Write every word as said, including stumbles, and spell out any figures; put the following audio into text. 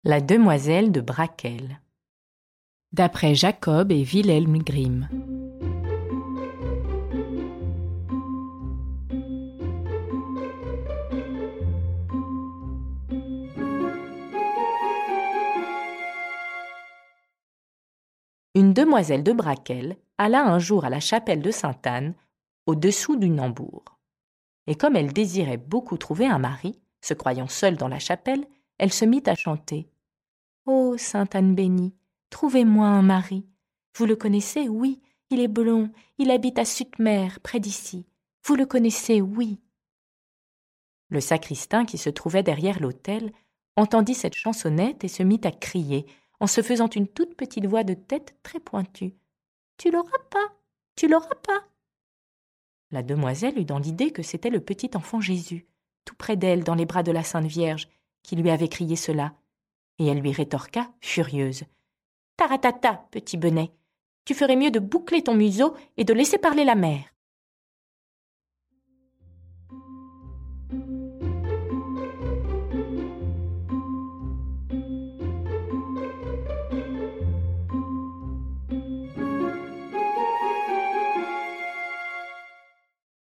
La demoiselle de Brakel. D'après Jacob et Wilhelm Grimm. Une demoiselle de Brakel alla un jour à la chapelle de Sainte-Anne, au-dessous du Nambour. Et comme elle désirait beaucoup trouver un mari, se croyant seule dans la chapelle, elle se mit à chanter. « Ô Sainte-Anne bénie, trouvez-moi un mari. Vous le connaissez, oui, il est blond, il habite à Sutmer, près d'ici. Vous le connaissez, oui. » Le sacristain, qui se trouvait derrière l'autel, entendit cette chansonnette et se mit à crier, en se faisant une toute petite voix de tête très pointue. « Tu l'auras pas, tu l'auras pas !» La demoiselle eut dans l'idée que c'était le petit enfant Jésus, tout près d'elle, dans les bras de la Sainte Vierge, qui lui avait crié cela. Et elle lui rétorqua, furieuse. « Taratata, petit benet, tu ferais mieux de boucler ton museau et de laisser parler la mère. »